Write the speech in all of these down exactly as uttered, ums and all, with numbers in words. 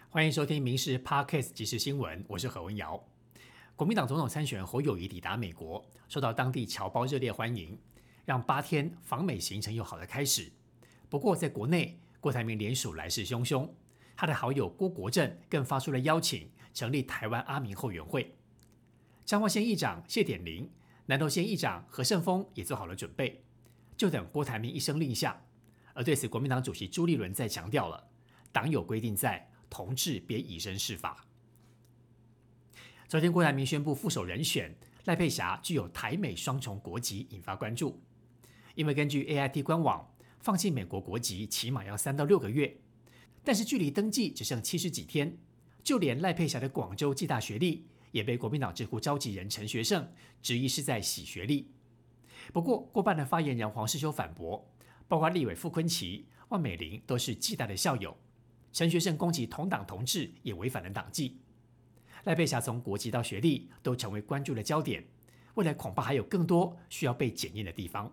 欢迎收听民视 Podcast 即时新闻，我是何文瑶。国民党总统参选人侯友宜抵达美国，受到当地侨胞热烈欢迎，让八天访美行程有好的开始。不过在国内，郭台铭联署来势汹汹，他的好友郭国正更发出了邀请，成立台湾阿明后援会。彰化县议长谢典林、南投县议长何胜峰也做好了准备，就等郭台铭一声令下。而对此，国民党主席朱立伦再强调了，党有规定在，同志别以身试法。昨天郭台铭宣布副手人选赖佩霞具有台美双重国籍，引发关注。因为根据 A I T 官网，放弃美国国籍起码要三到六个月，但是距离登记只剩七十几天，就连赖佩霞的广州暨大学历也被国民党智库召集人陈学圣质疑是在洗学历。不过过半的发言人黄世修反驳，包括立委傅昆萁、万美玲都是暨大的校友。陈学圣攻击同党同志，也违反了党纪。赖佩霞从国籍到学历都成为关注的焦点，未来恐怕还有更多需要被检验的地方。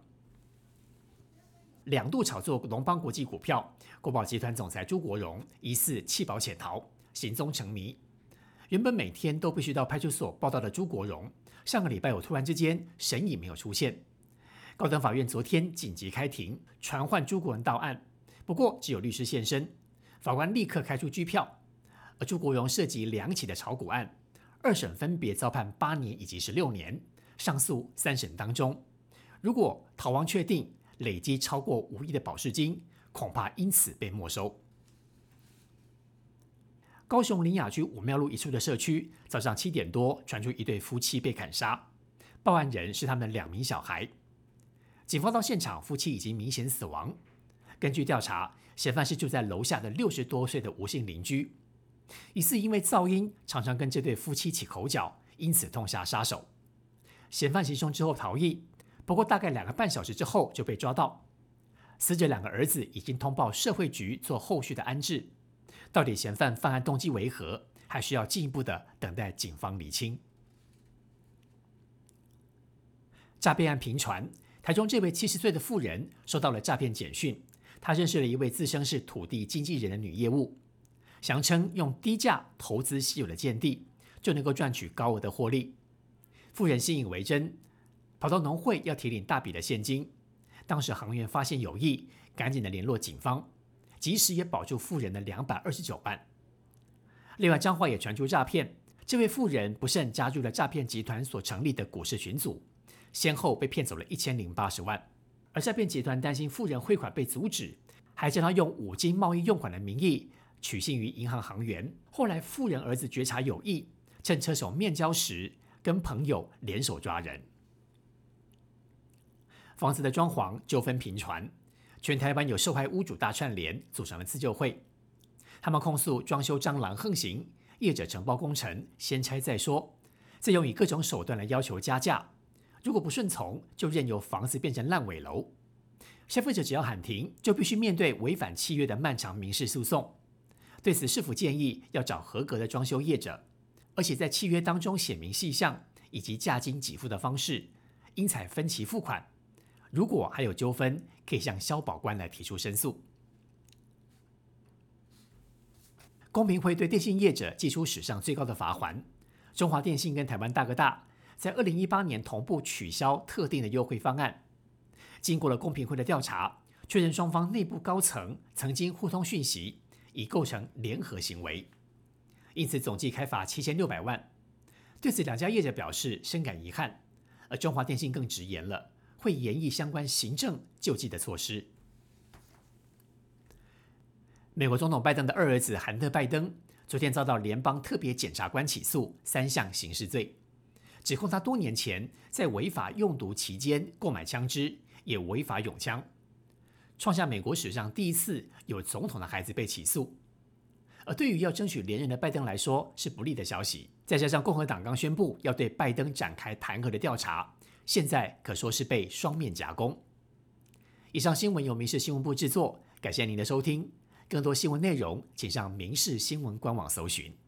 两度炒作龙邦国际股票，国宝集团总裁朱国荣疑似弃保潜逃，行踪成谜。原本每天都必须到派出所报到的朱国荣，上个礼拜五突然之间神隐没有出现。高等法院昨天紧急开庭，传唤朱国荣到案，不过只有律师现身。法官立刻开出拘票，而朱国荣涉及两起的炒股案，二审分别遭判八年以及十六年，上诉三审当中，如果逃亡确定，累积超过五亿的保释金，恐怕因此被没收。高雄林雅区武庙路一处的社区，早上七点多传出一对夫妻被砍杀，报案人是他们两名小孩。警方到现场，夫妻已经明显死亡。根据调查，嫌犯是住在楼下的六十多岁的吴姓邻居，疑似因为噪音常常跟这对夫妻起口角，因此痛下杀手。嫌犯行凶之后逃逸，不过大概两个半小时之后就被抓到。死者两个儿子已经通报社会局做后续的安置，到底嫌犯犯案动机为何，还需要进一步的等待警方厘清。诈骗案频传，台中这位七十岁的妇人收到了诈骗简讯。他认识了一位自称是土地经纪人的女业务，详称用低价投资稀有的建地，就能够赚取高额的获利。妇人信以为真，跑到农会要提领大笔的现金。当时行员发现有异，赶紧的联络警方，及时也保住妇人的两百二十九万。另外，彰化也传出诈骗，这位妇人不慎加入了诈骗集团所成立的股市群组，先后被骗走了一千零八十万。而诈骗集团担心妇人汇款被阻止，还叫他用五金贸易用款的名义取信于银行行员。后来妇人儿子觉察有异，趁车手面交时，跟朋友联手抓人。房子的装潢纠纷频传，全台湾有受害屋主大串联组成了自救会，他们控诉装修蟑螂横行，业者承包工程先拆再说，再用以各种手段来要求加价。如果不顺从，就任由房子变成烂尾楼。消费者只要喊停，就必须面对违反契约的漫长民事诉讼。对此，市府建议要找合格的装修业者，而且在契约当中写明细项以及价金给付的方式，应采分期付款。如果还有纠纷，可以向消保官来提出申诉。公平会对电信业者寄出史上最高的罚锾，中华电信跟台湾大哥大在二零一八年同步取消特定的优惠方案，经过了公平会的调查，确认双方内部高层曾经互通讯息，已构成联合行为，因此总计开罚七千六百万。对此，两家业者表示深感遗憾，而中华电信更直言了，会研议相关行政救济的措施。美国总统拜登的二儿子韩特拜登昨天遭到联邦特别检察官起诉三项刑事罪，指控他多年前在违法用毒期间购买枪支，也违法拥枪，创下美国史上第一次有总统的孩子被起诉。而对于要争取连任的拜登来说是不利的消息，再加上共和党刚宣布要对拜登展开弹劾的调查，现在可说是被双面夹攻。以上新闻由民视新闻部制作，感谢您的收听。更多新闻内容请上民视新闻官网搜寻。